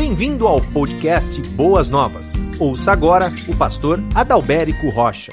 Bem-vindo ao podcast Boas Novas. Ouça agora o pastor Adalberico Rocha.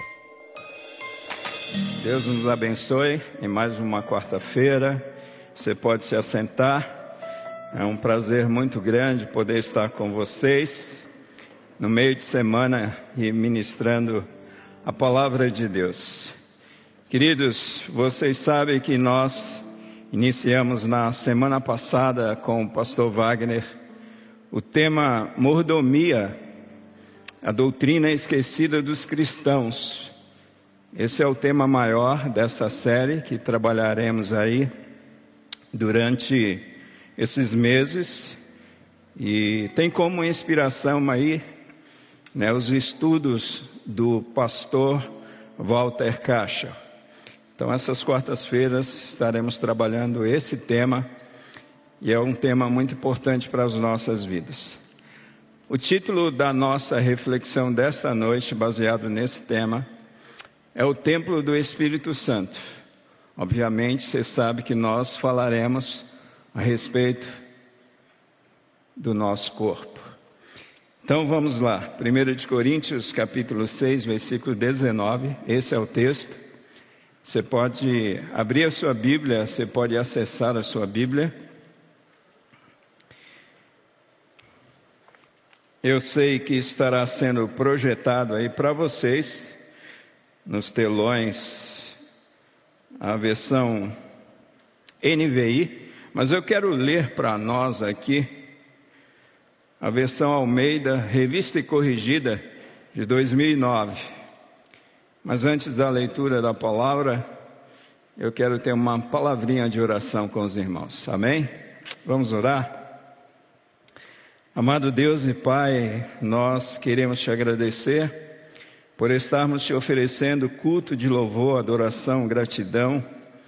Deus nos abençoe em mais uma quarta-feira. Você pode se assentar. É um prazer muito grande poder estar com vocês no meio de semana e ministrando a palavra de Deus. Queridos, vocês sabem que nós iniciamos na semana passada com o pastor Wagner o tema mordomia, a doutrina esquecida dos cristãos. Esse é o tema maior dessa série que trabalharemos aí durante esses meses. E tem como inspiração aí, os estudos do pastor Walter Caixa. Então, essas quartas-feiras estaremos trabalhando esse tema, e é um tema muito importante para as nossas vidas. O título da nossa reflexão desta noite, baseado nesse tema, é o Templo do Espírito Santo. Obviamente, você sabe que nós falaremos a respeito do nosso corpo. Então, vamos lá. 1 Coríntios, capítulo 6, versículo 19. Esse é o texto. Você pode abrir a sua Bíblia, você pode acessar a sua Bíblia. Eu sei que estará sendo projetado aí para vocês, nos telões, a versão NVI, mas eu quero ler para nós aqui a versão Almeida, revista e corrigida, de 2009. Mas antes da leitura da palavra, eu quero ter uma palavrinha de oração com os irmãos, amém? Vamos orar? Amado Deus e Pai, nós queremos te agradecer por estarmos te oferecendo culto de louvor, adoração, gratidão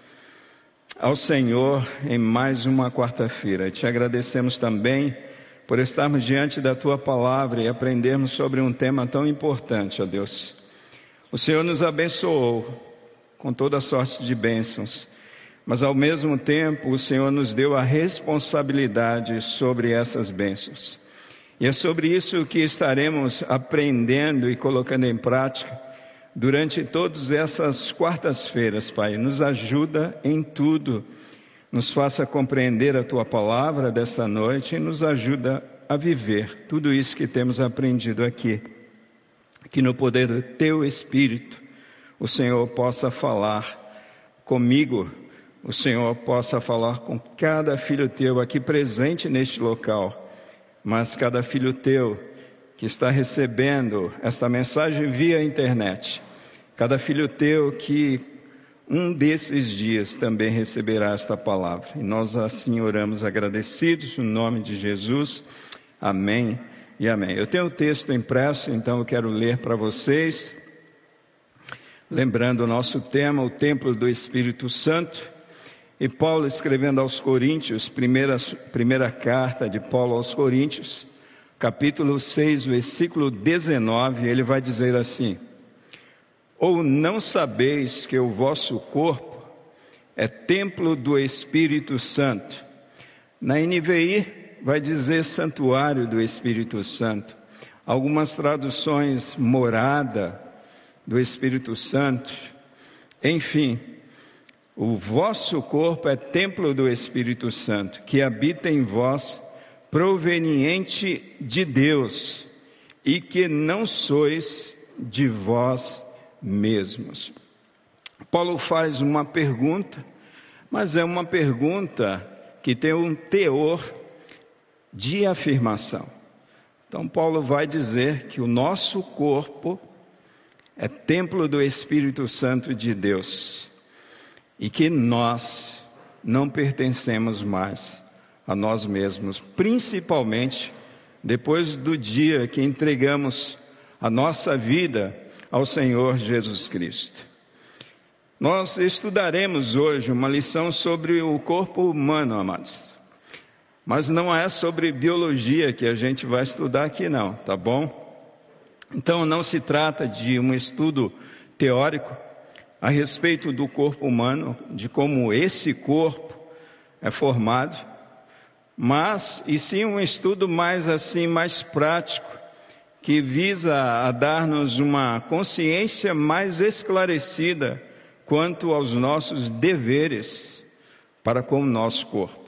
ao Senhor em mais uma quarta-feira. Te agradecemos também por estarmos diante da Tua palavra e aprendermos sobre um tema tão importante, ó Deus. O Senhor nos abençoou com toda sorte de bênçãos, mas ao mesmo tempo o Senhor nos deu a responsabilidade sobre essas bênçãos. E é sobre isso que estaremos aprendendo e colocando em prática durante todas essas quartas-feiras, Pai. Nos ajuda em tudo, nos faça compreender a Tua palavra desta noite e nos ajuda a viver tudo isso que temos aprendido aqui. Que no poder do Teu Espírito o Senhor possa falar comigo, o Senhor possa falar com cada filho Teu aqui presente neste local, mas cada filho Teu que está recebendo esta mensagem via internet, cada filho Teu que um desses dias também receberá esta palavra. E nós assim oramos agradecidos no nome de Jesus. Amém e amém. Eu tenho o texto impresso, então eu quero ler para vocês. Lembrando o nosso tema, o Templo do Espírito Santo. E Paulo escrevendo aos Coríntios, primeira carta de Paulo aos Coríntios, capítulo 6, versículo 19, ele vai dizer assim: ou não sabeis que o vosso corpo é templo do Espírito Santo? Na NVI vai dizer santuário do Espírito Santo. Algumas traduções, morada do Espírito Santo. Enfim, o vosso corpo é templo do Espírito Santo, que habita em vós, proveniente de Deus, e que não sois de vós mesmos. Paulo faz uma pergunta, mas é uma pergunta que tem um teor de afirmação. Então Paulo vai dizer que o nosso corpo é templo do Espírito Santo de Deus, e que nós não pertencemos mais a nós mesmos, principalmente depois do dia que entregamos a nossa vida ao Senhor Jesus Cristo. Nós estudaremos hoje uma lição sobre o corpo humano, amados. Mas não é sobre biologia que a gente vai estudar aqui não, tá bom? Então não se trata de um estudo teórico a respeito do corpo humano, de como esse corpo é formado, e sim um estudo mais prático, que visa a dar-nos uma consciência mais esclarecida quanto aos nossos deveres para com o nosso corpo.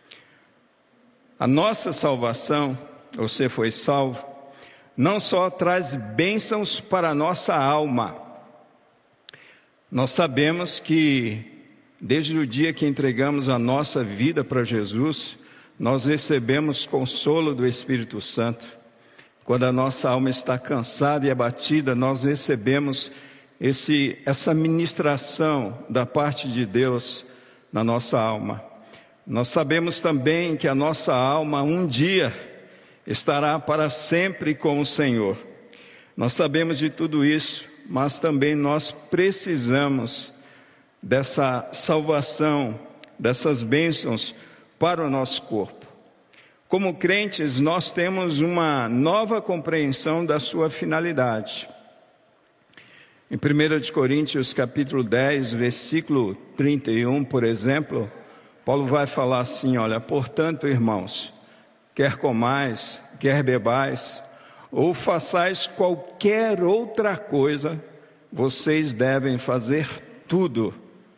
A nossa salvação, você foi salvo, não só traz bênçãos para a nossa alma. Nós sabemos que desde o dia que entregamos a nossa vida para Jesus, nós recebemos consolo do Espírito Santo. Quando a nossa alma está cansada e abatida, nós recebemos essa ministração da parte de Deus na nossa alma. Nós sabemos também que a nossa alma um dia estará para sempre com o Senhor. Nós sabemos de tudo isso, mas também nós precisamos dessa salvação, dessas bênçãos para o nosso corpo. Como crentes, nós temos uma nova compreensão da sua finalidade. Em 1 Coríntios capítulo 10, versículo 31, por exemplo, Paulo vai falar assim, olha, portanto, irmãos, quer comais, quer bebais, ou façais qualquer outra coisa, vocês devem fazer tudo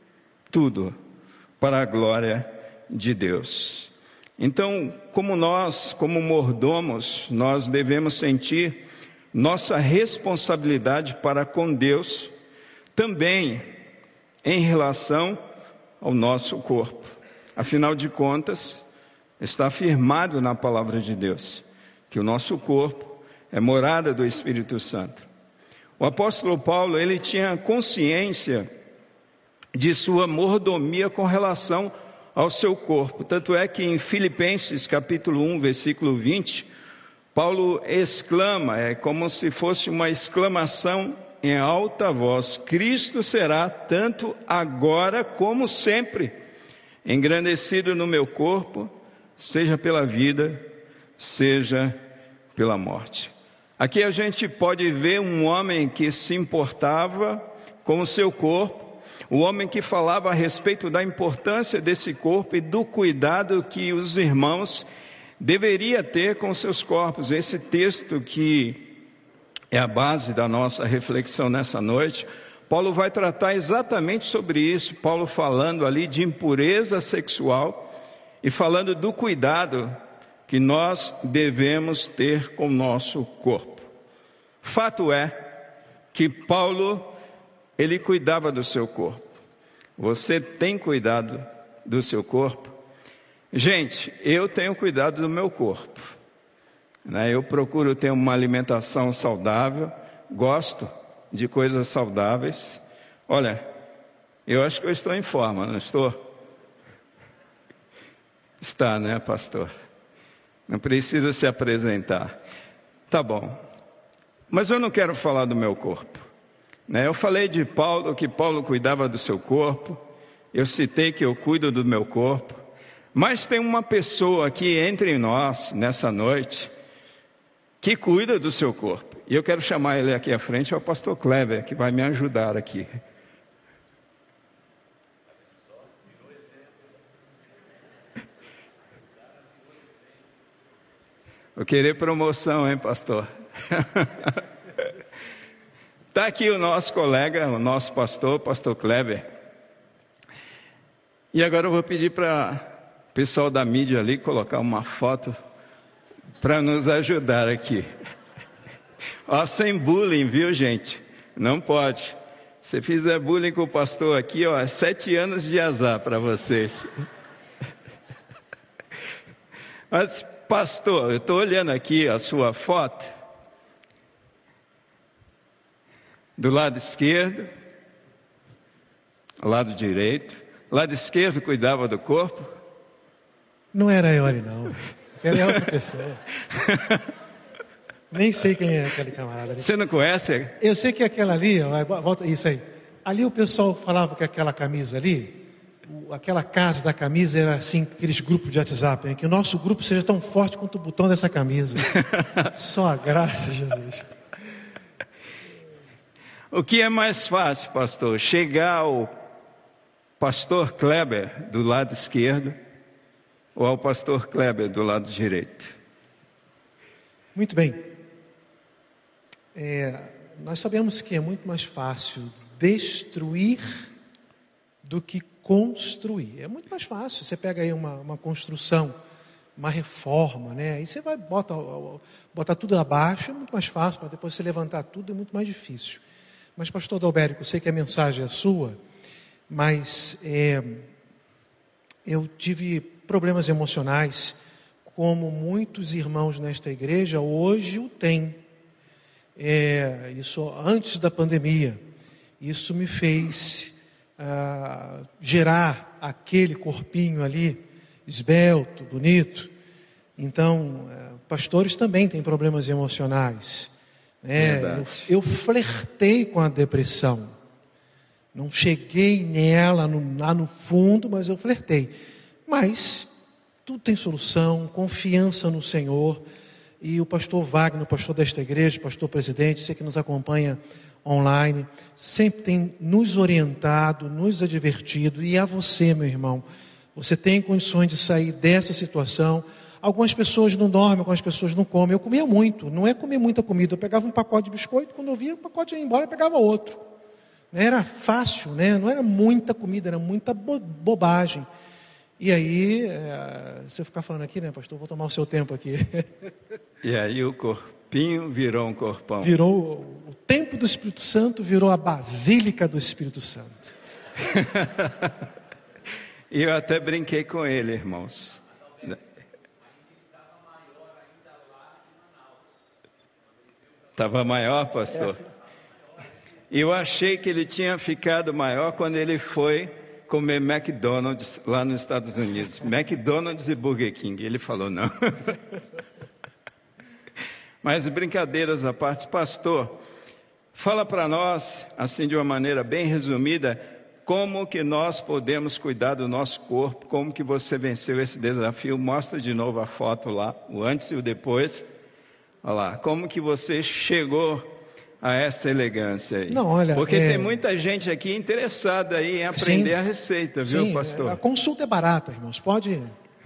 para a glória de Deus. Então, como mordomos, nós devemos sentir nossa responsabilidade para com Deus, também em relação ao nosso corpo. Afinal de contas, está afirmado na palavra de Deus, que o nosso corpo é morada do Espírito Santo. O apóstolo Paulo, ele tinha consciência de sua mordomia com relação ao seu corpo. Tanto é que em Filipenses capítulo 1, versículo 20, Paulo exclama, é como se fosse uma exclamação em alta voz: Cristo será tanto agora como sempre engrandecido no meu corpo, seja pela vida, seja pela morte. Aqui a gente pode ver um homem que se importava com o seu corpo, o homem que falava a respeito da importância desse corpo e do cuidado que os irmãos deveriam ter com seus corpos. Esse texto que é a base da nossa reflexão nessa noite, Paulo vai tratar exatamente sobre isso. Paulo falando ali de impureza sexual e falando do cuidado que nós devemos ter com o nosso corpo. Fato é que Paulo, ele cuidava do seu corpo. Você tem cuidado do seu corpo? Gente, eu tenho cuidado do meu corpo, né? Eu procuro ter uma alimentação saudável, gosto de coisas saudáveis. Olha, eu acho que eu estou em forma, não estou? Está, né, pastor? Não precisa se apresentar. Tá bom. Mas eu não quero falar do meu corpo, né? Eu falei de Paulo, que Paulo cuidava do seu corpo. Eu citei que eu cuido do meu corpo. Mas tem uma pessoa aqui entre nós, nessa noite, que cuida do seu corpo. E eu quero chamar ele aqui à frente, é o pastor Kleber, que vai me ajudar aqui. Vou querer promoção, hein, pastor? Está aqui o nosso colega, o nosso pastor, pastor Kleber. E agora eu vou pedir para o pessoal da mídia ali colocar uma foto para nos ajudar aqui. Ó, sem bullying, viu, gente? Não pode. Se fizer bullying com o pastor aqui, ó, 7 anos de azar para vocês. Mas, pastor, eu estou olhando aqui a sua foto. Do lado esquerdo, lado direito. Lado esquerdo cuidava do corpo? Não era eu ali, não. Era outra pessoa. Nem sei quem é aquele camarada ali. Você não conhece? Eu sei que aquela ali, ó, volta isso aí. Ali o pessoal falava que aquela camisa ali, aquela casa da camisa era assim, aqueles grupos de WhatsApp, hein? Que o nosso grupo seja tão forte quanto o botão dessa camisa. Só a graça, Jesus. O que é mais fácil, pastor? Chegar ao pastor Kleber do lado esquerdo, ou ao pastor Kleber, do lado direito. Muito bem. Nós sabemos que é muito mais fácil destruir do que construir. É muito mais fácil. Você pega aí uma construção, uma reforma, né? Aí você vai botar tudo abaixo, é muito mais fácil, para depois você levantar tudo é muito mais difícil. Mas, pastor Adalberico, eu sei que a mensagem é sua, mas eu tive problemas emocionais, como muitos irmãos nesta igreja hoje o têm. Isso antes da pandemia. Isso me fez gerar aquele corpinho ali, esbelto, bonito. Então, pastores também têm problemas emocionais. Eu flertei com a depressão. Não cheguei nela lá no fundo, mas eu flertei. Mas tudo tem solução, confiança no Senhor. E o pastor Wagner, o pastor desta igreja, o pastor presidente, você que nos acompanha online, sempre tem nos orientado, nos advertido. E a você, meu irmão, você tem condições de sair dessa situação. Algumas pessoas não dormem, algumas pessoas não comem. Eu comia muito, não é comer muita comida. Eu pegava um pacote de biscoito, quando eu via o pacote ia embora, eu pegava outro. Era fácil, né? Não era muita comida, era muita bobagem. E aí, se eu ficar falando aqui, né, pastor, vou tomar o seu tempo aqui. E aí o corpinho virou um corpão. Virou, o templo do Espírito Santo virou a Basílica do Espírito Santo. E eu até brinquei com ele, irmãos. Estava maior, pastor? Eu achei que ele tinha ficado maior quando ele foi comer McDonald's lá nos Estados Unidos. McDonald's e Burger King. Ele falou não. Mas brincadeiras à parte, pastor, fala para nós, assim de uma maneira bem resumida, como que nós podemos cuidar do nosso corpo, como que você venceu esse desafio. Mostra de novo a foto lá, o antes e o depois. Olha lá, como que você chegou a essa elegância aí? Não, olha, porque tem muita gente aqui interessada aí em aprender a receita, viu, pastor? A consulta é barata, irmãos, pode...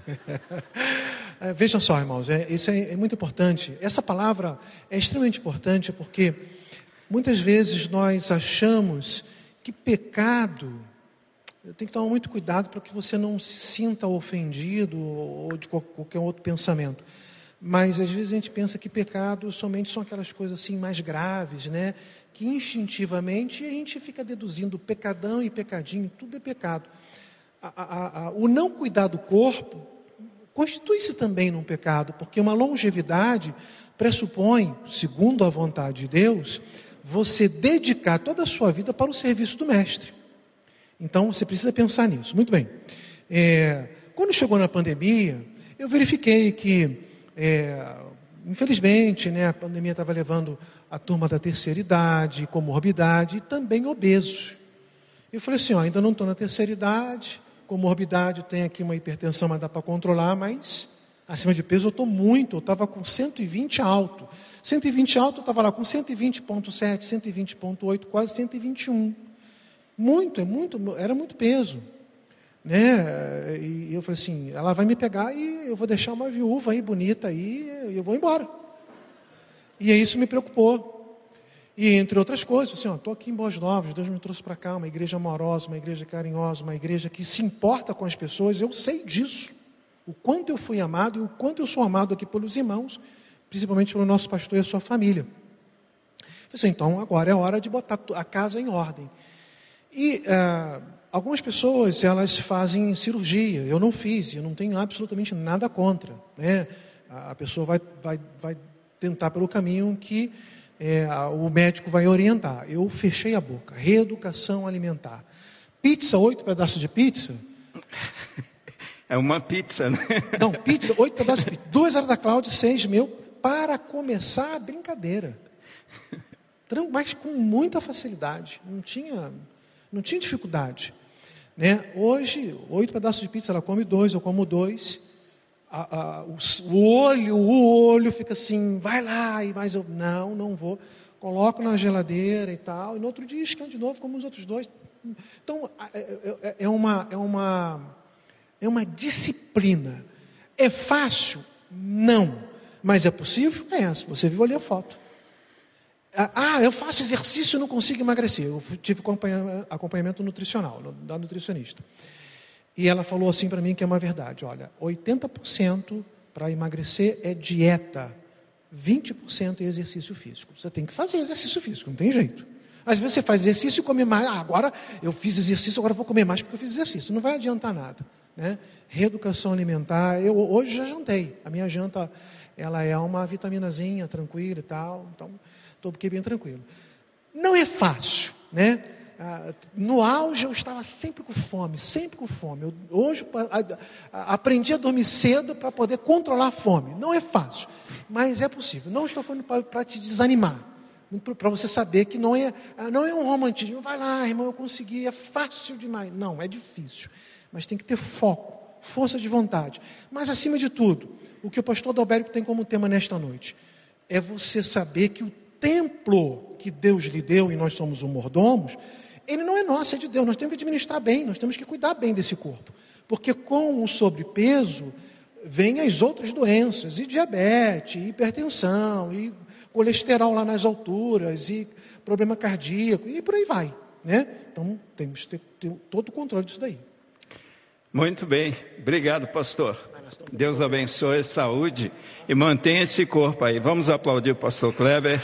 Vejam só, irmãos, isso é muito importante. Essa palavra é extremamente importante porque muitas vezes nós achamos que pecado... Tem que tomar muito cuidado para que você não se sinta ofendido ou de qualquer outro pensamento. Mas às vezes a gente pensa que pecado somente são aquelas coisas assim mais graves, né? Que instintivamente a gente fica deduzindo pecadão e pecadinho, tudo é pecado. O não cuidar do corpo constitui-se também num pecado, porque uma longevidade pressupõe, segundo a vontade de Deus, você dedicar toda a sua vida para o serviço do mestre. Então você precisa pensar nisso. Muito bem. Quando chegou na pandemia, eu verifiquei que infelizmente, né, a pandemia estava levando a turma da terceira idade, comorbidade e também obesos. Eu falei assim, ainda não estou na terceira idade, comorbidade, eu tenho aqui uma hipertensão, mas dá para controlar, mas acima de peso eu estou muito, eu estava com 120 alto. 120 alto, eu estava lá com 120,7, 120,8, quase 121. Era muito peso. Né? E eu falei assim, ela vai me pegar e eu vou deixar uma viúva aí bonita aí e eu vou embora. E aí isso me preocupou. E entre outras coisas, assim, estou aqui em Boas Novas, Deus me trouxe para cá, uma igreja amorosa, uma igreja carinhosa, uma igreja que se importa com as pessoas, eu sei disso. O quanto eu fui amado e o quanto eu sou amado aqui pelos irmãos, principalmente pelo nosso pastor e a sua família. Eu falei assim, então agora é hora de botar a casa em ordem. E... algumas pessoas, elas fazem cirurgia, eu não fiz, eu não tenho absolutamente nada contra, né? A pessoa vai tentar pelo caminho que o médico vai orientar. Eu fechei a boca, reeducação alimentar. Pizza, 8 pedaços de pizza? É uma pizza, né? Não, pizza, 8 pedaços de pizza. 2 era da Cláudia, 6 meu, para começar a brincadeira. Mas com muita facilidade, não tinha dificuldade. Né? Hoje, 8 pedaços de pizza, ela come 2, eu como 2. O olho fica assim, vai lá, mas eu não vou. Coloco na geladeira e tal, e no outro dia esquento de novo, como os outros 2. Então, é uma disciplina. É fácil? Não. Mas é possível? É. Se você viu ali a foto. Eu faço exercício e não consigo emagrecer. Eu tive acompanhamento nutricional, da nutricionista. E ela falou assim para mim que é uma verdade. Olha, 80% para emagrecer é dieta, 20% é exercício físico. Você tem que fazer exercício físico, não tem jeito. Às vezes você faz exercício e come mais. Agora eu fiz exercício, agora eu vou comer mais porque eu fiz exercício. Não vai adiantar nada, né? Reeducação alimentar. Eu hoje já jantei. A minha janta, ela é uma vitaminazinha tranquila e tal. Então, estou bem tranquilo. Não é fácil, né? No auge eu estava sempre com fome. Hoje aprendi a dormir cedo para poder controlar a fome. Não é fácil, mas é possível. Não estou falando para te desanimar, para você saber que não é um romantismo. Vai lá, irmão, eu consegui, é fácil demais. Não, é difícil, mas tem que ter foco, força de vontade. Mas acima de tudo, o que o pastor Adalberico tem como tema nesta noite é você saber que o templo que Deus lhe deu, e nós somos os mordomos, ele não é nosso, é de Deus. Nós temos que administrar bem, nós temos que cuidar bem desse corpo. Porque com o sobrepeso, vêm as outras doenças, e diabetes, e hipertensão, e colesterol lá nas alturas, e problema cardíaco, e por aí vai, né? Então, temos que ter todo o controle disso daí. Muito bem, obrigado, pastor. Deus abençoe, saúde e mantenha esse corpo aí. Vamos aplaudir o pastor Kleber,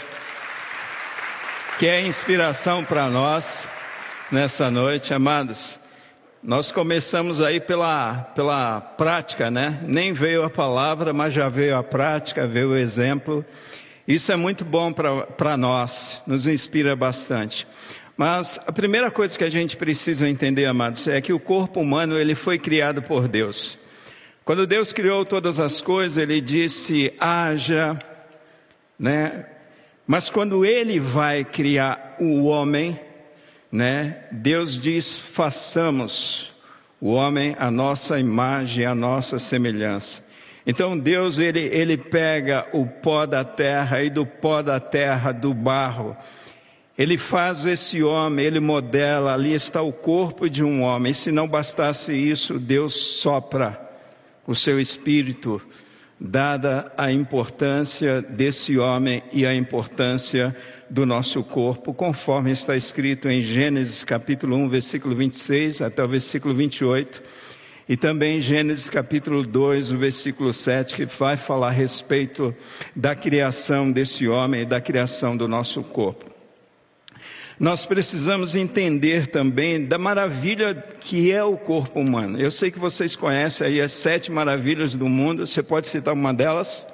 que é inspiração para nós nessa noite, amados. Nós começamos aí pela prática, né? Nem veio a palavra, mas já veio a prática, veio o exemplo. Isso é muito bom para nós, nos inspira bastante. Mas a primeira coisa que a gente precisa entender, amados, é que o corpo humano, ele foi criado por Deus. Quando Deus criou todas as coisas, Ele disse, haja, né? Mas quando Ele vai criar o homem, né? Deus diz, façamos o homem a nossa imagem, a nossa semelhança. Então Deus, ele pega o pó da terra e do pó da terra, do barro, Ele faz esse homem, Ele modela, ali está o corpo de um homem. E se não bastasse isso, Deus sopra o seu espírito, dada a importância desse homem e a importância do nosso corpo, conforme está escrito em Gênesis capítulo 1, versículo 26 até o versículo 28, e também em Gênesis capítulo 2, o versículo 7, que vai falar a respeito da criação desse homem e da criação do nosso corpo. Nós precisamos entender também da maravilha que é o corpo humano. Eu sei que vocês conhecem aí as 7 maravilhas do mundo. Você pode citar uma delas?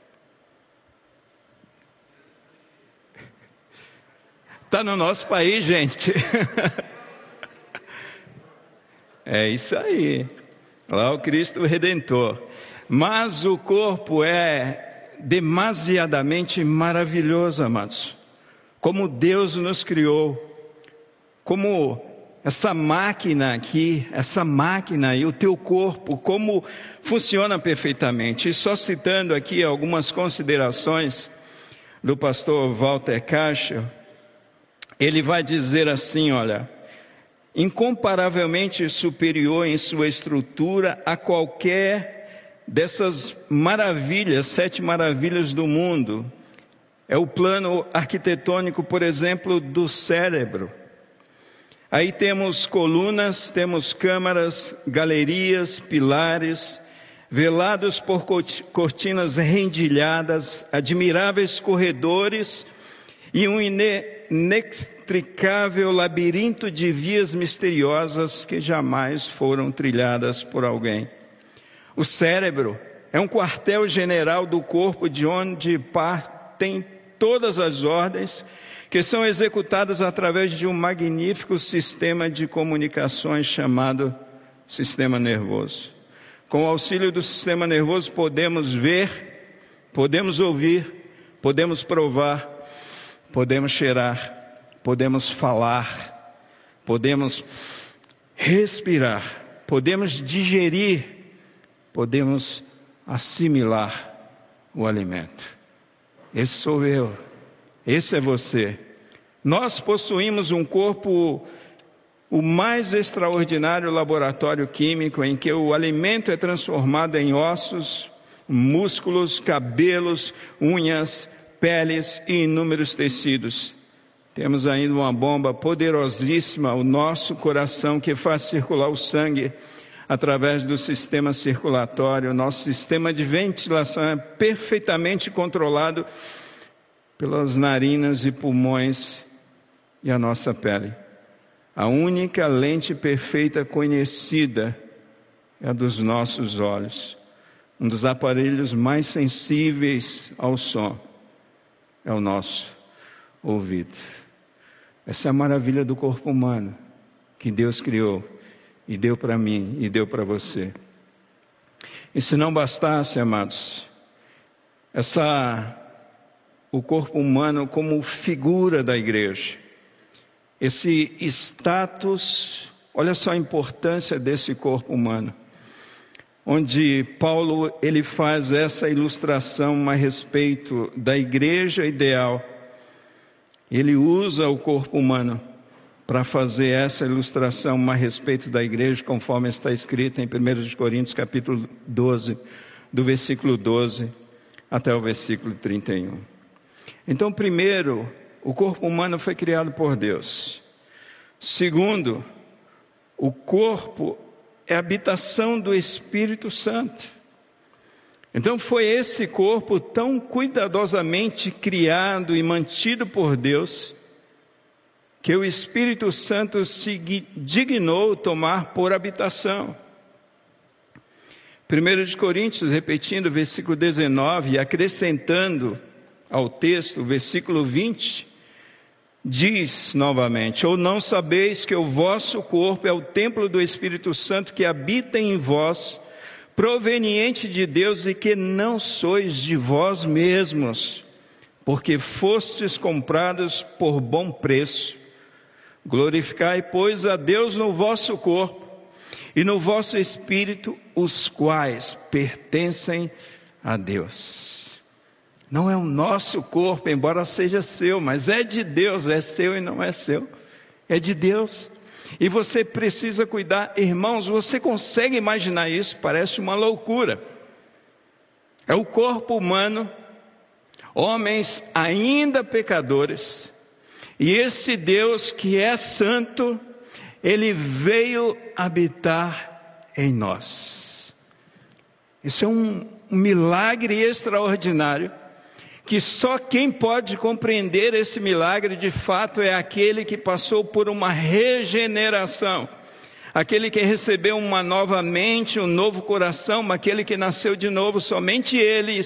Está no nosso país, gente. É isso aí. Lá o Cristo Redentor. Mas o corpo é demasiadamente maravilhoso, amados. Como Deus nos criou, como essa máquina aqui, e o teu corpo, como funciona perfeitamente. E só citando aqui algumas considerações do pastor Walter Caixa, ele vai dizer assim, olha, incomparavelmente superior em sua estrutura a qualquer dessas maravilhas, 7 maravilhas do mundo. É o plano arquitetônico, por exemplo, do cérebro. Aí temos colunas, temos câmaras, galerias, pilares, velados por cortinas rendilhadas, admiráveis corredores e um inextricável labirinto de vias misteriosas que jamais foram trilhadas por alguém. O cérebro é um quartel-general do corpo de onde partem todas as ordens que são executadas através de um magnífico sistema de comunicações chamado sistema nervoso. Com o auxílio do sistema nervoso podemos ver, podemos ouvir, podemos provar, podemos cheirar, podemos falar, podemos respirar, podemos digerir, podemos assimilar o alimento. Esse sou eu, esse é você. Nós possuímos um corpo o mais extraordinário laboratório químico em que o alimento é transformado em ossos, músculos, cabelos, unhas, peles e inúmeros tecidos. Temos ainda uma bomba poderosíssima, o nosso coração, que faz circular o sangue através do sistema circulatório. Nosso sistema de ventilação é perfeitamente controlado pelas narinas e pulmões e a nossa pele. A única lente perfeita conhecida é a dos nossos olhos. Um dos aparelhos mais sensíveis ao som é o nosso ouvido. Essa é a maravilha do corpo humano que Deus criou e deu para mim e deu para você. E se não bastasse, amados, o corpo humano como figura da igreja, esse status, olha só a importância desse corpo humano, onde Paulo ele faz essa ilustração a respeito da igreja ideal. Ele usa o corpo humano para fazer essa ilustração a respeito da igreja, conforme está escrito em 1 Coríntios capítulo 12, do versículo 12 até o versículo 31. Então, primeiro, o corpo humano foi criado por Deus. Segundo, o corpo é a habitação do Espírito Santo. Então foi esse corpo tão cuidadosamente criado e mantido por Deus, que o Espírito Santo se dignou tomar por habitação. 1 Coríntios, repetindo o versículo 19 e acrescentando ao texto, o versículo 20, diz novamente: ou não sabeis que o vosso corpo é o templo do Espírito Santo que habita em vós, proveniente de Deus, e que não sois de vós mesmos, porque fostes comprados por bom preço. Glorificai, pois, a Deus no vosso corpo e no vosso espírito, os quais pertencem a Deus. Não é o nosso corpo, embora seja seu, mas é de Deus, é seu e não é seu, é de Deus. E você precisa cuidar. Irmãos, você consegue imaginar isso? Parece uma loucura. É o corpo humano, homens ainda pecadores, e esse Deus que é santo, Ele veio habitar em nós. Isso é um milagre extraordinário, que só quem pode compreender esse milagre de fato é aquele que passou por uma regeneração, aquele que recebeu uma nova mente, um novo coração, aquele que nasceu de novo. Somente Ele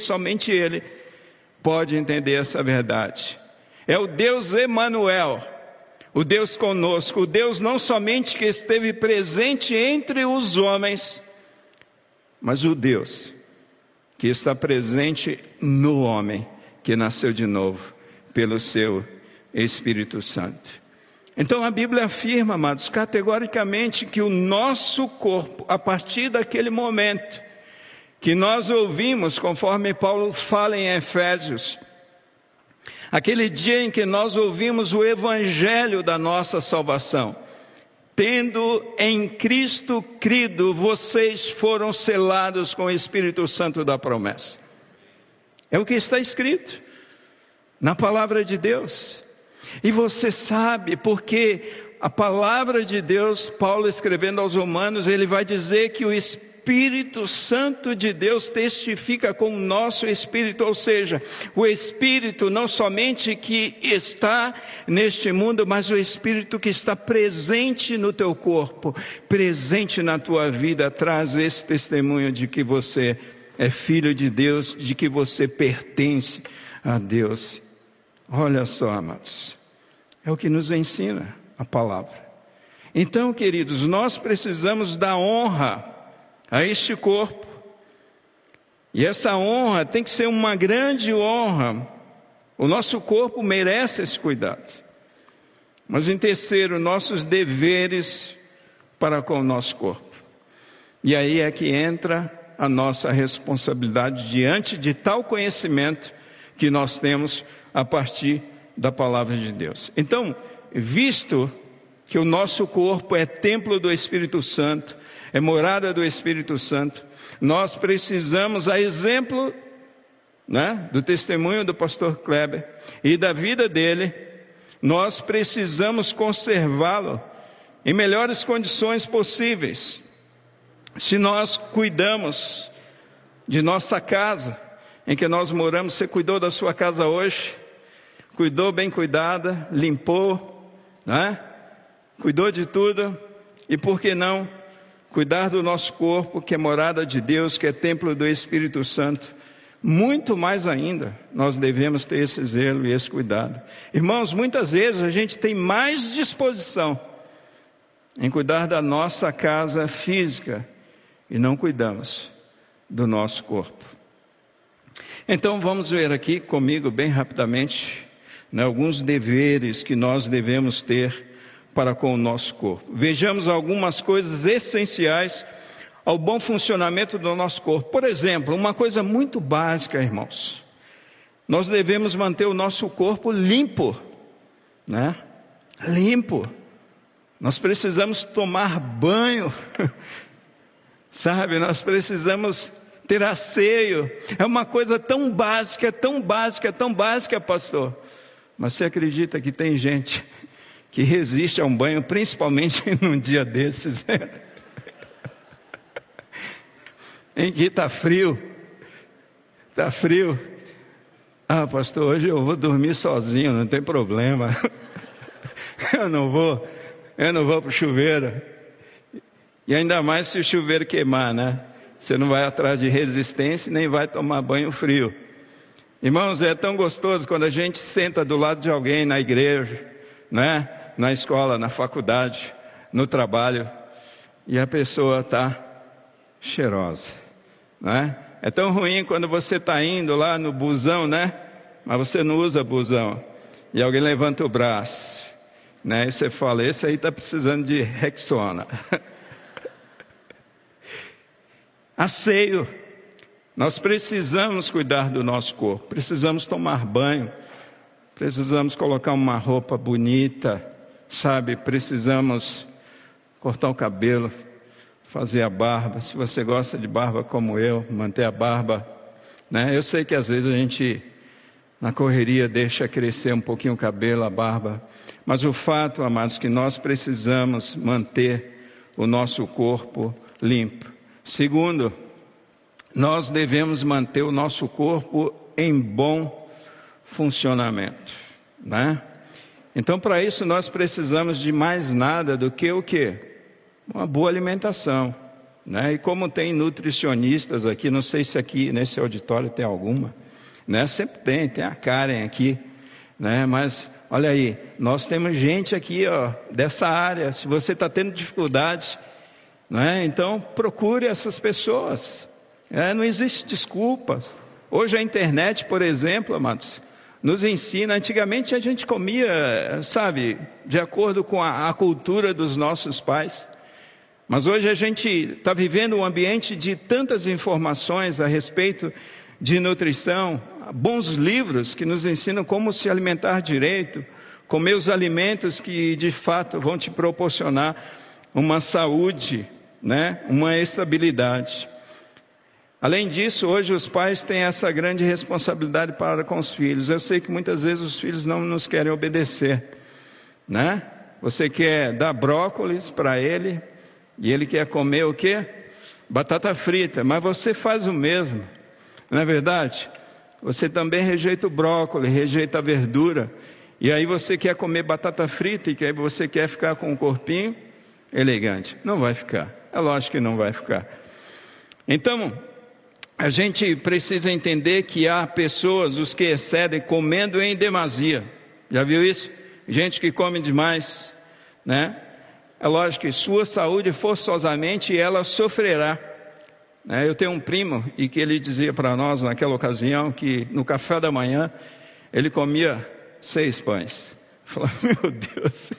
pode entender essa verdade. É o Deus Emanuel, o Deus conosco, o Deus não somente que esteve presente entre os homens, mas o Deus que está presente no homem, que nasceu de novo pelo seu Espírito Santo. Então a Bíblia afirma, amados, categoricamente que o nosso corpo, a partir daquele momento que nós ouvimos, conforme Paulo fala em Efésios, aquele dia em que nós ouvimos o evangelho da nossa salvação, tendo em Cristo crido, vocês foram selados com o Espírito Santo da promessa. É o que está escrito na palavra de Deus. E você sabe, porque a palavra de Deus, Paulo escrevendo aos Romanos, ele vai dizer que o Espírito Santo de Deus testifica com o nosso espírito, ou seja, o Espírito não somente que está neste mundo, mas o Espírito que está presente no teu corpo, presente na tua vida, traz esse testemunho de que você é filho de Deus, de que você pertence a Deus. Olha só, amados, é o que nos ensina a palavra. Então, queridos, nós precisamos dar honra a este corpo, e essa honra tem que ser uma grande honra. O nosso corpo merece esse cuidado. Mas em terceiro, nossos deveres para com o nosso corpo. E aí é que entra a nossa responsabilidade diante de tal conhecimento que nós temos a partir da palavra de Deus. Então, visto que o nosso corpo é templo do Espírito Santo, é morada do Espírito Santo, nós precisamos, a exemplo, né, do testemunho do pastor Kleber e da vida dele, nós precisamos conservá-lo em melhores condições possíveis. Se nós cuidamos de nossa casa, em que nós moramos, você cuidou da sua casa hoje? Cuidou bem cuidada, limpou, né? Cuidou de tudo, e por que não cuidar do nosso corpo, que é morada de Deus, que é templo do Espírito Santo? Muito mais ainda, nós devemos ter esse zelo e esse cuidado. Irmãos, muitas vezes a gente tem mais disposição em cuidar da nossa casa física e não cuidamos do nosso corpo. Então vamos ver aqui comigo bem rapidamente, né, alguns deveres que nós devemos ter para com o nosso corpo. Vejamos algumas coisas essenciais ao bom funcionamento do nosso corpo. Por exemplo, uma coisa muito básica, irmãos. Nós devemos manter o nosso corpo limpo, né? Limpo. Nós precisamos tomar banho, sabe? Nós precisamos ter asseio. É uma coisa tão básica, tão básica, tão básica, pastor. Mas você acredita que tem gente que resiste a um banho, principalmente num dia desses, em que está frio. Está frio. Ah, pastor, hoje eu vou dormir sozinho, não tem problema. Eu não vou para o chuveiro. E ainda mais se o chuveiro queimar, né? Você não vai atrás de resistência, nem vai tomar banho frio. Irmãos, é tão gostoso quando a gente senta do lado de alguém na igreja, né? Na escola, na faculdade, no trabalho, e a pessoa está cheirosa, né? É tão ruim quando você está indo lá no busão, né? Mas você não usa busão, e alguém levanta o braço, né? E você fala, esse aí está precisando de Rexona. Asseio. Nós precisamos cuidar do nosso corpo, precisamos tomar banho, precisamos colocar uma roupa bonita, sabe? Precisamos cortar o cabelo, fazer a barba. Se você gosta de barba como eu, manter a barba, né? Eu sei que às vezes a gente, na correria, deixa crescer um pouquinho o cabelo, a barba. Mas o fato, amados, que nós precisamos manter o nosso corpo limpo. Segundo, nós devemos manter o nosso corpo em bom funcionamento, né? Então, para isso, nós precisamos de mais nada do que o quê? Uma boa alimentação, né? E como tem nutricionistas aqui, não sei se aqui nesse auditório tem alguma, né? Sempre tem a Karen aqui, né? Mas, olha aí, nós temos gente aqui, ó, dessa área. Se você está tendo dificuldades, né? Então, procure essas pessoas. Não existe desculpas. Hoje a internet, por exemplo, amados, nos ensina. Antigamente a gente comia, sabe, de acordo com a cultura dos nossos pais. Mas hoje a gente está vivendo um ambiente de tantas informações a respeito de nutrição, bons livros que nos ensinam como se alimentar direito, comer os alimentos que de fato vão te proporcionar uma saúde, né, uma estabilidade. Além disso, hoje os pais têm essa grande responsabilidade para com os filhos. Eu sei que muitas vezes os filhos não nos querem obedecer, né? Você quer dar brócolis para ele e ele quer comer o quê? Batata frita, mas você faz o mesmo, não é verdade? Você também rejeita o brócolis, rejeita a verdura, e aí você quer comer batata frita e aí você quer ficar com um corpinho elegante. Não vai ficar, é lógico que não vai ficar. Então, a gente precisa entender que há pessoas, os que excedem, comendo em demasia. Já viu isso? Gente que come demais, né? É lógico que sua saúde forçosamente ela sofrerá, né? Eu tenho um primo e que ele dizia para nós naquela ocasião que no café da manhã ele comia 6 pães. Eu falava, meu Deus,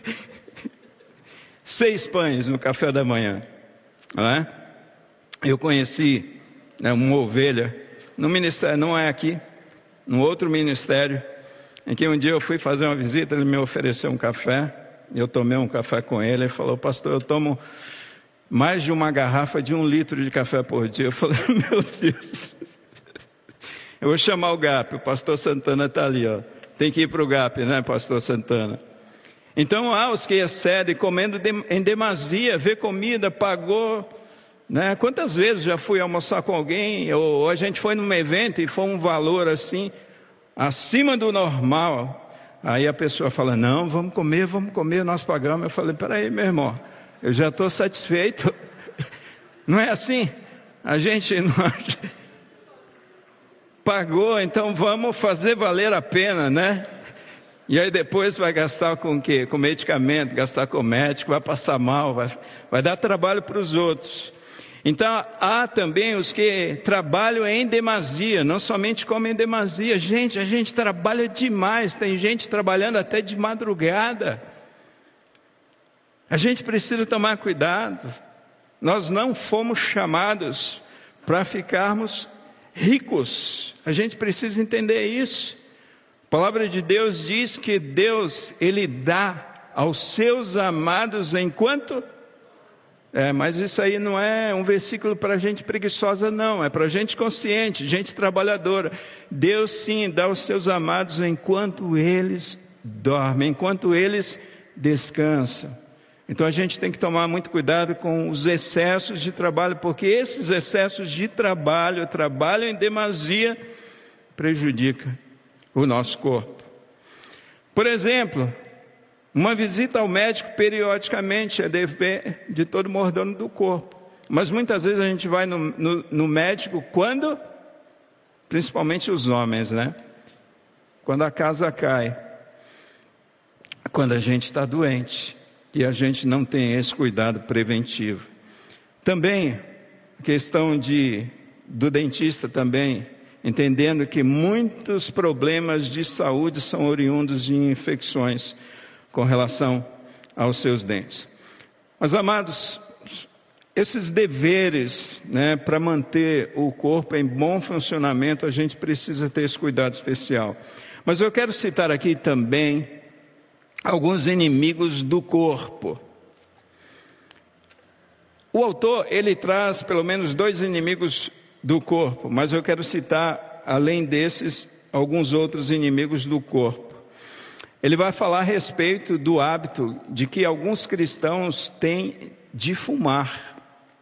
6 pães no café da manhã, não é? Eu conheci uma ovelha no ministério, não é aqui, num outro ministério, em que um dia eu fui fazer uma visita, ele me ofereceu um café, eu tomei um café com ele, ele falou: pastor, eu tomo mais de uma garrafa de 1 litro de café por dia. Eu falei: meu Deus, eu vou chamar o GAP, o pastor Santana está ali, ó. Tem que ir para o GAP, né, pastor Santana? Então há os que excedem, comendo em demasia, vê comida, pagou, né? Quantas vezes já fui almoçar com alguém, ou a gente foi num evento e foi um valor assim, acima do normal. Aí a pessoa fala: não, vamos comer, nós pagamos. Eu falei: peraí, meu irmão, eu já estou satisfeito. Não é assim? A gente não pagou, então vamos fazer valer a pena, né? E aí depois vai gastar com o quê? Com medicamento, gastar com médico, vai passar mal, vai dar trabalho para os outros. Então há também os que trabalham em demasia, não somente comem em demasia. Gente, a gente trabalha demais, tem gente trabalhando até de madrugada. A gente precisa tomar cuidado. Nós não fomos chamados para ficarmos ricos. A gente precisa entender isso. A palavra de Deus diz que Deus, Ele dá aos seus amados enquanto... mas isso aí não é um versículo para gente preguiçosa, não. É para gente consciente, gente trabalhadora. Deus sim dá aos seus amados enquanto eles dormem, enquanto eles descansam. Então a gente tem que tomar muito cuidado com os excessos de trabalho, porque esses excessos de trabalho em demasia, prejudica o nosso corpo. Por exemplo, uma visita ao médico periodicamente é dever de todo mordomo do corpo. Mas muitas vezes a gente vai no médico quando, principalmente os homens, né? Quando a casa cai, quando a gente está doente e a gente não tem esse cuidado preventivo. Também a questão do dentista também, entendendo que muitos problemas de saúde são oriundos de infecções com relação aos seus dentes. Mas, amados, esses deveres, né, para manter o corpo em bom funcionamento, a gente precisa ter esse cuidado especial. Mas eu quero citar aqui também alguns inimigos do corpo. O autor, ele traz pelo menos 2 inimigos do corpo, mas eu quero citar, além desses, alguns outros inimigos do corpo. Ele vai falar a respeito do hábito de que alguns cristãos têm de fumar.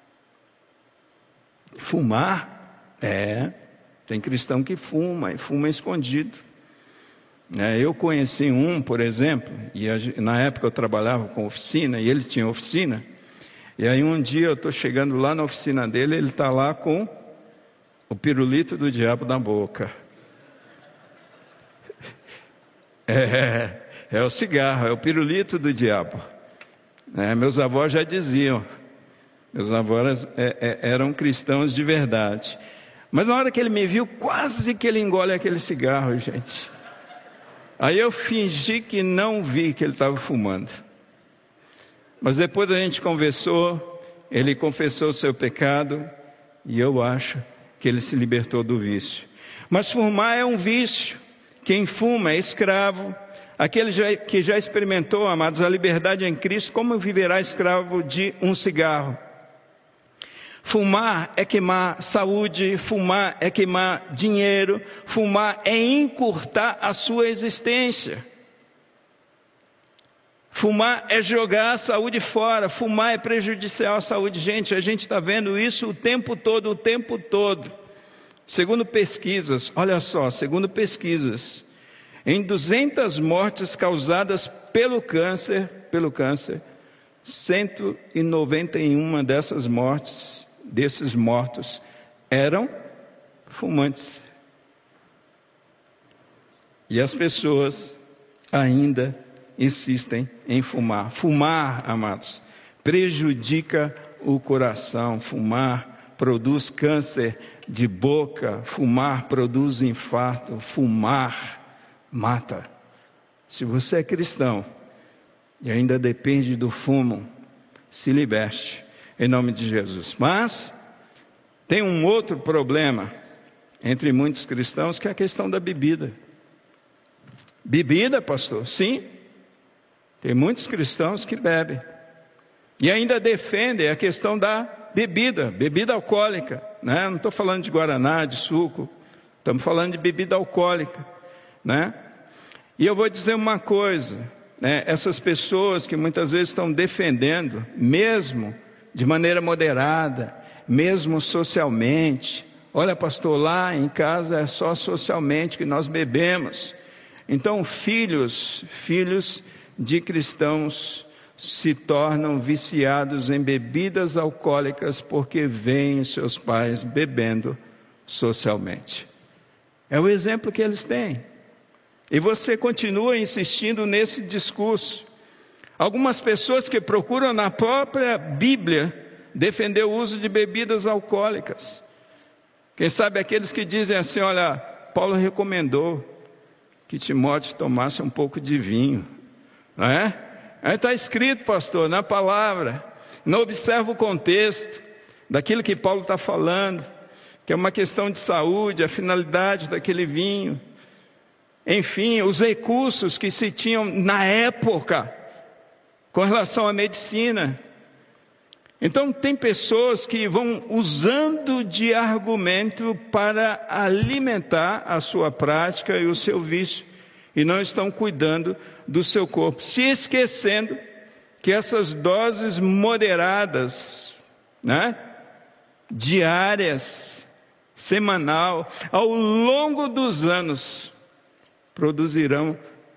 Fumar? Tem cristão que fuma, e fuma escondido. Eu conheci um, por exemplo, e na época eu trabalhava com oficina, e ele tinha oficina, e aí um dia eu estou chegando lá na oficina dele, ele está lá com o pirulito do diabo na boca. É o cigarro, é o pirulito do diabo. Meus avós já diziam, meus avós eram cristãos de verdade. Mas na hora que ele me viu, quase que ele engole aquele cigarro, gente. Aí eu fingi que não vi que ele estava fumando. Mas depois a gente conversou, ele confessou o seu pecado, e eu acho que ele se libertou do vício. Mas fumar é um vício. Quem fuma é escravo. Aquele que já experimentou, amados, a liberdade em Cristo, como viverá escravo de um cigarro? Fumar é queimar saúde, fumar é queimar dinheiro, fumar é encurtar a sua existência. Fumar é jogar a saúde fora, fumar é prejudicial à saúde. Gente, a gente está vendo isso o tempo todo. Segundo pesquisas, olha só, segundo pesquisas, em 200 mortes causadas pelo câncer, 191 desses mortos eram fumantes. E as pessoas ainda insistem em fumar. Fumar, amados, prejudica o coração. Fumar produz câncer de boca. Fumar produz infarto. Fumar mata. Se você é cristão e ainda depende do fumo, se liberte em nome de Jesus. Mas tem um outro problema entre muitos cristãos, que é a questão da bebida. Bebida, pastor? Sim. Tem muitos cristãos que bebem. E ainda defendem a questão da bebida alcoólica, né? Não estou falando de guaraná, de suco, estamos falando de bebida alcoólica, né? E eu vou dizer uma coisa, né? Essas pessoas que muitas vezes estão defendendo, mesmo de maneira moderada, mesmo socialmente, olha pastor, lá em casa é só socialmente que nós bebemos. Então filhos de cristãos se tornam viciados em bebidas alcoólicas porque veem seus pais bebendo socialmente. É o exemplo que eles têm. E você continua insistindo nesse discurso. Algumas pessoas que procuram na própria Bíblia defender o uso de bebidas alcoólicas. Quem sabe aqueles que dizem assim, olha, Paulo recomendou que Timóteo tomasse um pouco de vinho, não é? Aí está escrito, pastor, na palavra. Não observa o contexto daquilo que Paulo está falando, que é uma questão de saúde, a finalidade daquele vinho. Enfim, os recursos que se tinham na época com relação à medicina. Então tem pessoas que vão usando de argumento para alimentar a sua prática e o seu vício, e não estão cuidando do seu corpo, se esquecendo que essas doses moderadas, né, diárias, semanal, ao longo dos anos, produzirão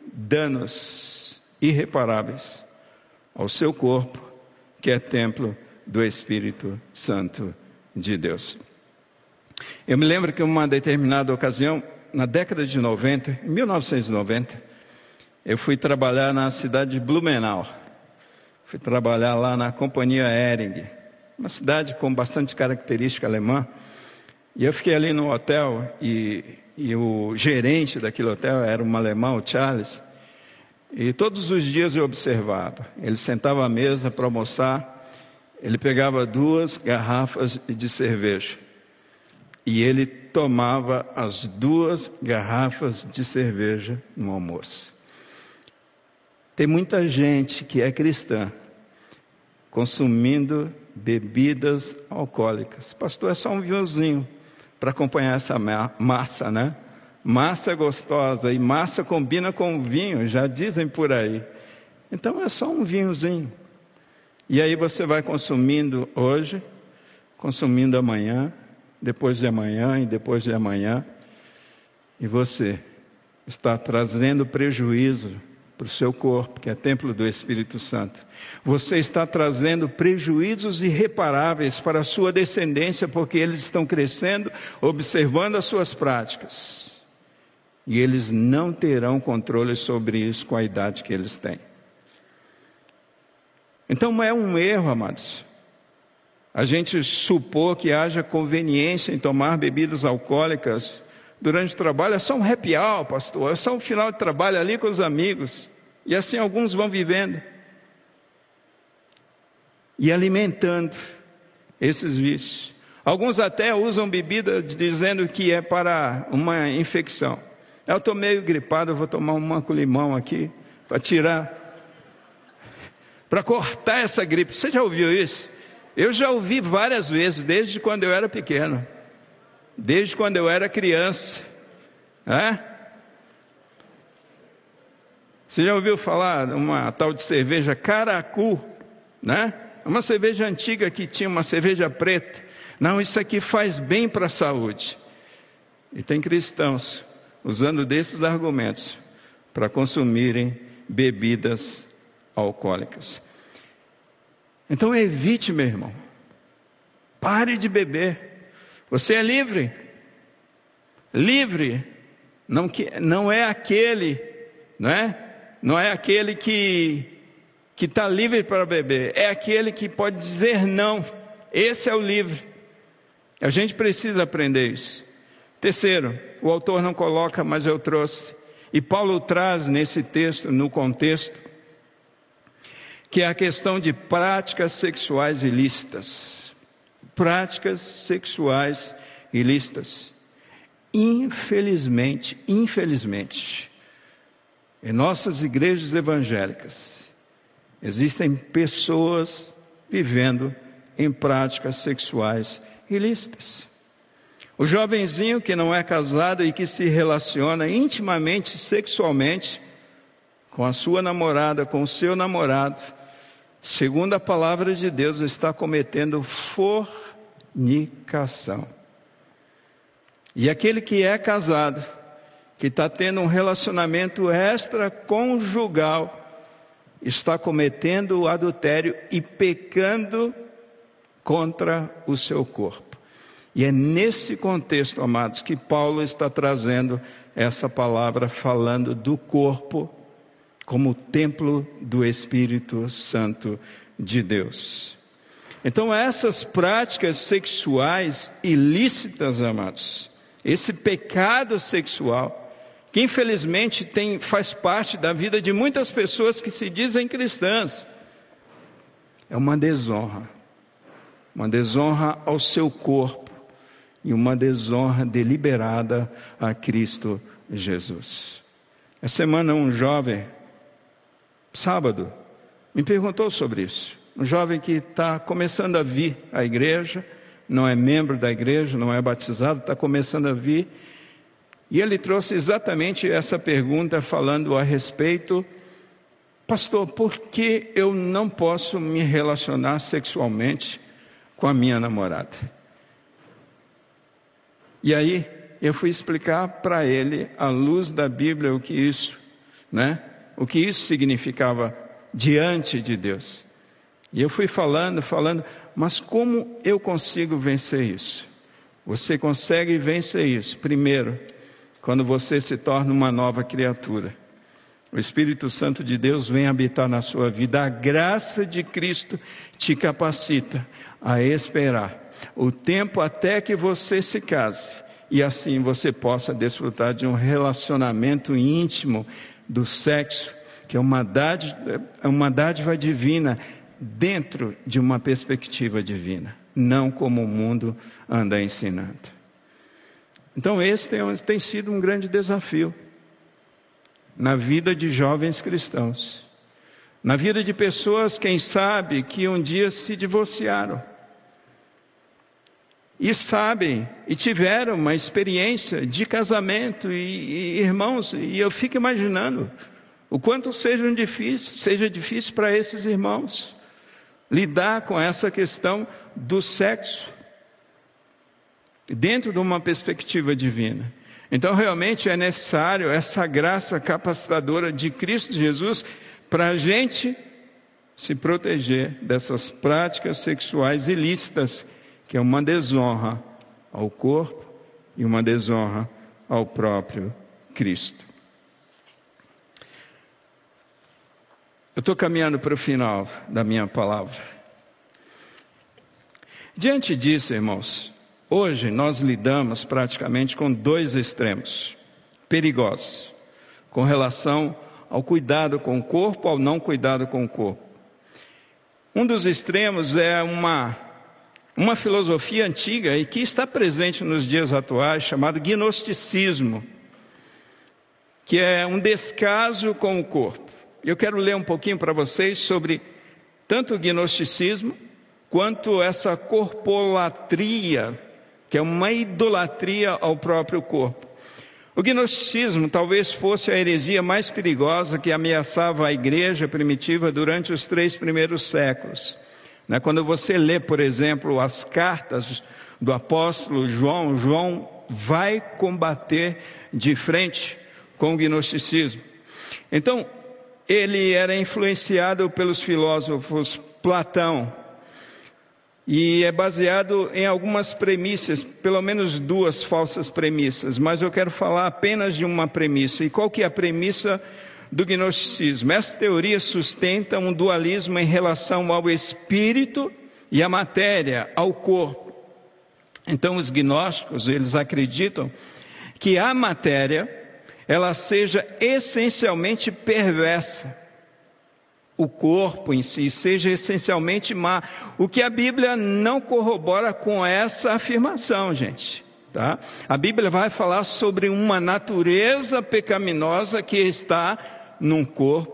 danos irreparáveis ao seu corpo, que é templo do Espírito Santo de Deus. Eu me lembro que em uma determinada ocasião, na década de 90, em 1990, eu fui trabalhar na cidade de Blumenau. Fui trabalhar lá na companhia Hering, uma cidade com bastante característica alemã. E eu fiquei ali no hotel e o gerente daquele hotel era um alemão, o Charles. E todos os dias eu observava. Ele sentava à mesa para almoçar, ele pegava 2 garrafas de cerveja. E ele tomava as 2 garrafas de cerveja no almoço. Tem muita gente que é cristã consumindo bebidas alcoólicas. Pastor, é só um vinhozinho para acompanhar essa massa, né? Massa gostosa, e massa combina com vinho, já dizem por aí. Então é só um vinhozinho. E aí você vai consumindo hoje, consumindo amanhã, depois de amanhã e depois de amanhã, e você está trazendo prejuízo para o seu corpo, que é templo do Espírito Santo. Você está trazendo prejuízos irreparáveis para a sua descendência, porque eles estão crescendo, observando as suas práticas, e eles não terão controle sobre isso com a idade que eles têm. Então é um erro, amados, a gente supor que haja conveniência em tomar bebidas alcoólicas durante o trabalho. É só um happy hour, pastor, é só um final de trabalho ali com os amigos. E assim alguns vão vivendo e alimentando esses vícios. Alguns até usam bebida dizendo que é para uma infecção. Eu estou meio gripado, eu vou tomar uma com limão aqui para tirar, para cortar essa gripe. Você já ouviu isso? Eu já ouvi várias vezes, desde quando eu era pequeno, desde quando eu era criança, né? Você já ouviu falar de uma tal de cerveja Caracu, né? Uma cerveja antiga que tinha uma cerveja preta. Não, isso aqui faz bem para a saúde. E tem cristãos usando desses argumentos para consumirem bebidas alcoólicas. Então evite, meu irmão. Pare de beber. Você é livre. Livre não é aquele, não é? Não é aquele que está livre para beber. É aquele que pode dizer não. Esse é o livre. A gente precisa aprender isso. Terceiro, o autor não coloca, mas eu trouxe. E Paulo traz nesse texto, no contexto, que é a questão de práticas sexuais ilícitas. Práticas sexuais ilícitas. Infelizmente, em nossas igrejas evangélicas, Existem pessoas vivendo em práticas sexuais ilícitas. O jovenzinho que não é casado e que se relaciona intimamente, sexualmente, com a sua namorada, com o seu namorado, segundo a palavra de Deus, está cometendo fornicação. E aquele que é casado, que está tendo um relacionamento extraconjugal, está cometendo o adultério e pecando contra o seu corpo. E é nesse contexto, amados, que Paulo está trazendo essa palavra, falando do corpo como templo do Espírito Santo de Deus. Então, essas práticas sexuais ilícitas, amados, esse pecado sexual, que infelizmente faz parte da vida de muitas pessoas que se dizem cristãs, é uma desonra ao seu corpo e uma desonra deliberada a Cristo Jesus. Essa semana um jovem, sábado, me perguntou sobre isso. Um jovem que está começando a vir à igreja, não é membro da igreja, não é batizado, está começando a vir. E ele trouxe exatamente essa pergunta, falando a respeito: pastor, por que eu não posso me relacionar sexualmente com a minha namorada? E aí eu fui explicar para ele, à luz da Bíblia, o que isso significava diante de Deus. E eu fui falando, mas como eu consigo vencer isso? Você consegue vencer isso, primeiro, quando você se torna uma nova criatura. O Espírito Santo de Deus vem habitar na sua vida. A graça de Cristo te capacita a esperar o tempo até que você se case. E assim você possa desfrutar de um relacionamento íntimo do sexo, que é uma dádiva divina, dentro de uma perspectiva divina, não como o mundo anda ensinando. Então esse tem sido um grande desafio na vida de jovens cristãos, na vida de pessoas, quem sabe, que um dia se divorciaram, e sabem, e tiveram uma experiência de casamento, e irmãos, e eu fico imaginando o quanto seja difícil para esses irmãos lidar com essa questão do sexo dentro de uma perspectiva divina. Então realmente é necessário essa graça capacitadora de Cristo Jesus para a gente se proteger dessas práticas sexuais ilícitas, que é uma desonra ao corpo e uma desonra ao próprio Cristo. Eu estou caminhando para o final da minha palavra. Diante disso, irmãos, hoje nós lidamos praticamente com dois extremos perigosos, com relação ao cuidado com o corpo, ao não cuidado com o corpo. Um dos extremos é uma filosofia antiga e que está presente nos dias atuais, chamado gnosticismo, que é um descaso com o corpo. Eu quero ler um pouquinho para vocês sobre tanto o gnosticismo quanto essa corpolatria, que é uma idolatria ao próprio corpo. O gnosticismo talvez fosse a heresia mais perigosa que ameaçava a igreja primitiva durante os 3 primeiros séculos. Quando você lê, por exemplo, as cartas do apóstolo João, João vai combater de frente com o gnosticismo. Então, ele era influenciado pelos filósofos Platão, e é baseado em algumas premissas, pelo menos 2 falsas premissas, mas eu quero falar apenas de uma premissa. E qual que é a premissa do gnosticismo? Essa teoria sustenta um dualismo em relação ao espírito e à matéria, ao corpo. Então os gnósticos, eles acreditam que a matéria, ela seja essencialmente perversa, o corpo em si seja essencialmente má, o que a Bíblia não corrobora com essa afirmação, gente, tá? A Bíblia vai falar sobre uma natureza pecaminosa que está num corpo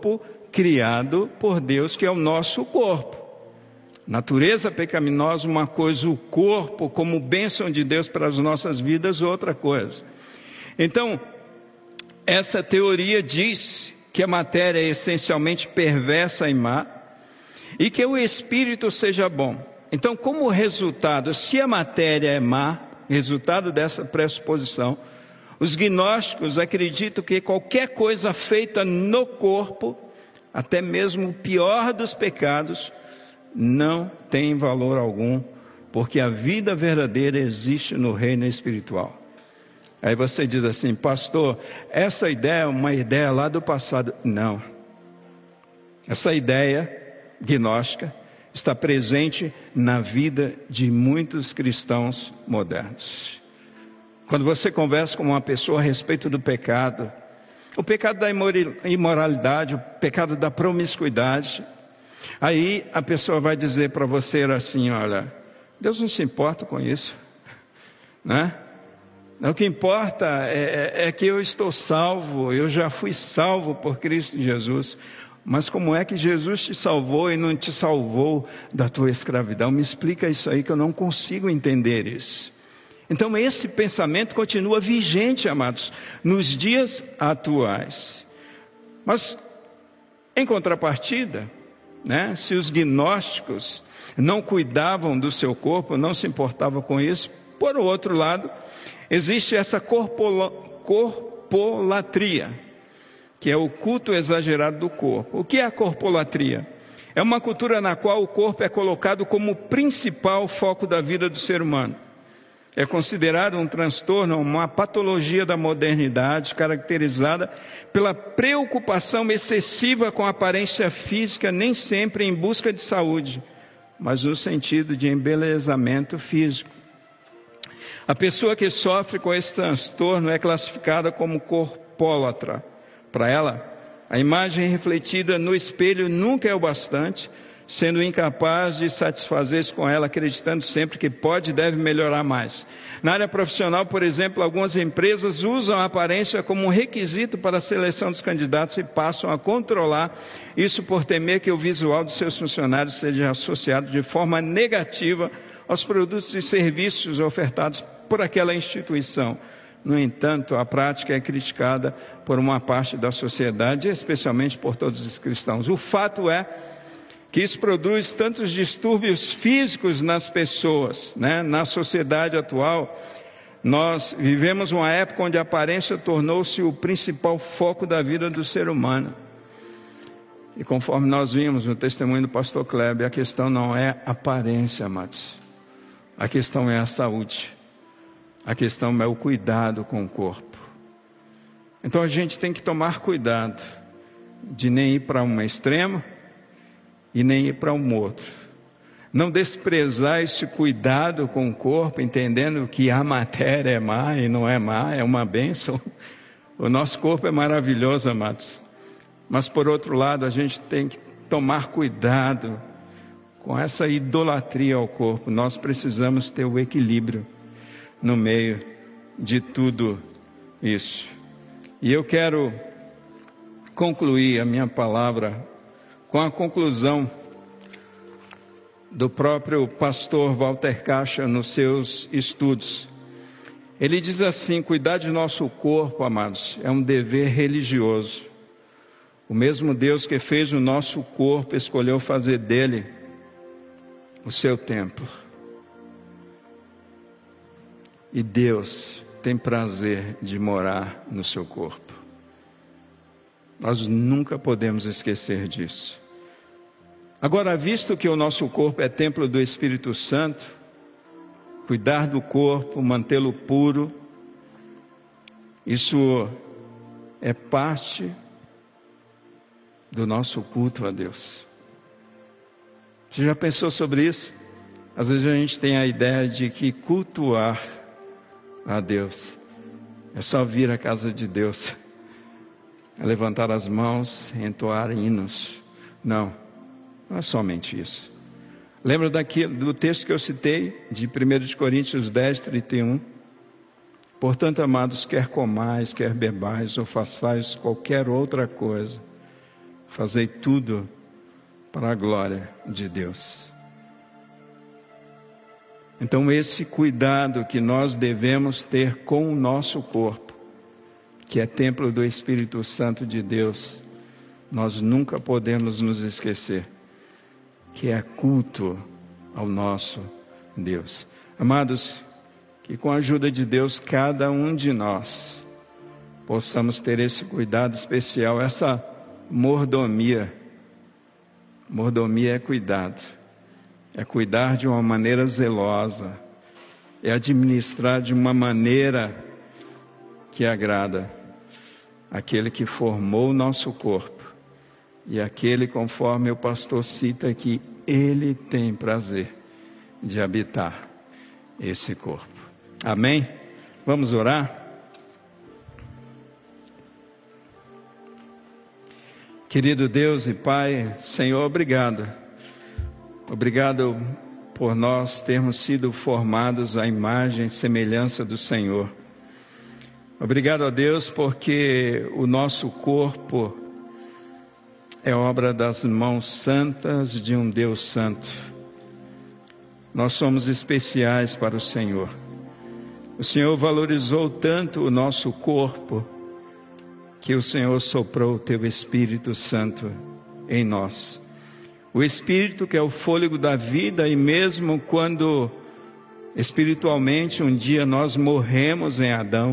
criado por Deus, que é o nosso corpo. Natureza pecaminosa, uma coisa, o corpo como bênção de Deus para as nossas vidas, outra coisa. Então, essa teoria diz que a matéria é essencialmente perversa e má, e que o espírito seja bom. Então, como resultado, se a matéria é má, resultado dessa pressuposição, os gnósticos acreditam que qualquer coisa feita no corpo, até mesmo o pior dos pecados, não tem valor algum, porque a vida verdadeira existe no reino espiritual. Aí você diz assim: pastor, essa ideia é uma ideia lá do passado. Não. Essa ideia gnóstica está presente na vida de muitos cristãos modernos. Quando você conversa com uma pessoa a respeito do pecado, o pecado da imoralidade, o pecado da promiscuidade, aí a pessoa vai dizer para você assim: olha, Deus não se importa com isso, né? O que importa é que eu estou salvo, eu já fui salvo por Cristo Jesus. Mas como é que Jesus te salvou e não te salvou da tua escravidão? Me explica isso aí, que eu não consigo entender isso. Então esse pensamento continua vigente, amados, nos dias atuais. Mas, em contrapartida, né, se os gnósticos não cuidavam do seu corpo, não se importavam com isso, por outro lado, existe essa corpolatria, que é o culto exagerado do corpo. O que é a corpolatria? É uma cultura na qual o corpo é colocado como principal foco da vida do ser humano. É considerado um transtorno, uma patologia da modernidade, caracterizada pela preocupação excessiva com a aparência física, nem sempre em busca de saúde, mas no sentido de embelezamento físico. A pessoa que sofre com esse transtorno é classificada como corpólatra. Para ela, a imagem refletida no espelho nunca é o bastante, sendo incapaz de satisfazer-se com ela, acreditando sempre que pode e deve melhorar mais. Na área profissional, por exemplo, algumas empresas usam a aparência como um requisito para a seleção dos candidatos e passam a controlar isso por temer que o visual dos seus funcionários seja associado de forma negativa aos produtos e serviços ofertados por aquela instituição. No entanto, a prática é criticada por uma parte da sociedade, especialmente por todos os cristãos. O fato é que isso produz tantos distúrbios físicos nas pessoas, né? Na sociedade atual, nós vivemos uma época onde a aparência tornou-se o principal foco da vida do ser humano. E conforme nós vimos no testemunho do pastor Kleber, a questão não é aparência, amados. A questão é a saúde. A questão é o cuidado com o corpo. Então a gente tem que tomar cuidado de nem ir para um extremo e nem ir para um outro. Não desprezar esse cuidado com o corpo, entendendo que a matéria é má e não é má, é uma bênção. O nosso corpo é maravilhoso, amados. Mas por outro lado, a gente tem que tomar cuidado com essa idolatria ao corpo. Nós precisamos ter o equilíbrio no meio de tudo isso. E eu quero concluir a minha palavra com a conclusão do próprio pastor Walter Caixa nos seus estudos. Ele diz assim: cuidar de nosso corpo, amados, é um dever religioso. O mesmo Deus que fez o nosso corpo escolheu fazer dele o seu templo. E Deus tem prazer de morar no seu corpo. Nós nunca podemos esquecer disso. Agora, visto que o nosso corpo é templo do Espírito Santo, cuidar do corpo, mantê-lo puro, isso é parte do nosso culto a Deus. Você já pensou sobre isso? Às vezes a gente tem a ideia de que cultuar a Deus é só vir à casa de Deus, é levantar as mãos, entoar hinos. Não, não é somente isso. Lembra do texto que eu citei, de 1 Coríntios 10, 31? Portanto, amados, quer comais, quer bebais, ou façais qualquer outra coisa, fazei tudo para a glória de Deus. Então esse cuidado que nós devemos ter com o nosso corpo, que é templo do Espírito Santo de Deus, nós nunca podemos nos esquecer, que é culto ao nosso Deus. Amados, que com a ajuda de Deus, cada um de nós possamos ter esse cuidado especial, essa mordomia. Mordomia é cuidado, é cuidar de uma maneira zelosa, é administrar de uma maneira que agrada aquele que formou o nosso corpo e aquele, conforme o pastor cita aqui, ele tem prazer de habitar esse corpo. Amém? Vamos orar? Querido Deus e Pai, Senhor, obrigado. Obrigado por nós termos sido formados à imagem e semelhança do Senhor. Obrigado a Deus porque o nosso corpo é obra das mãos santas de um Deus santo. Nós somos especiais para o Senhor. O Senhor valorizou tanto o nosso corpo que o Senhor soprou o teu Espírito Santo em nós. O Espírito que é o fôlego da vida, e mesmo quando espiritualmente um dia nós morremos em Adão,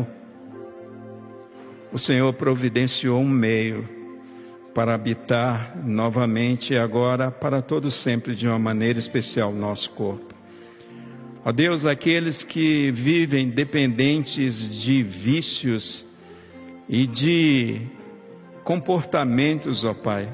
o Senhor providenciou um meio para habitar novamente e agora para todo sempre de uma maneira especial no nosso corpo. Ó Deus, aqueles que vivem dependentes de vícios e de comportamentos, ó Pai,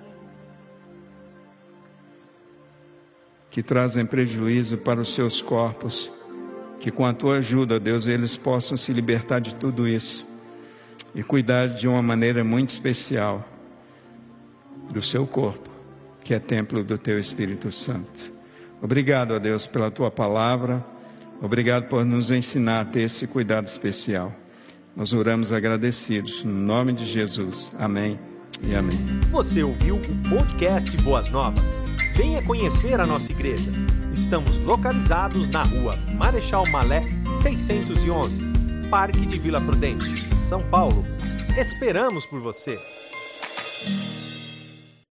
que trazem prejuízo para os seus corpos, que com a Tua ajuda, Deus, eles possam se libertar de tudo isso e cuidar de uma maneira muito especial do seu corpo, que é templo do Teu Espírito Santo. Obrigado, ó Deus, pela Tua palavra, obrigado por nos ensinar a ter esse cuidado especial. Nós oramos agradecidos, no nome de Jesus. Amém e amém. Você ouviu o podcast Boas Novas? Venha conhecer a nossa igreja. Estamos localizados na rua Marechal Malé 611, Parque de Vila Prudente, São Paulo. Esperamos por você!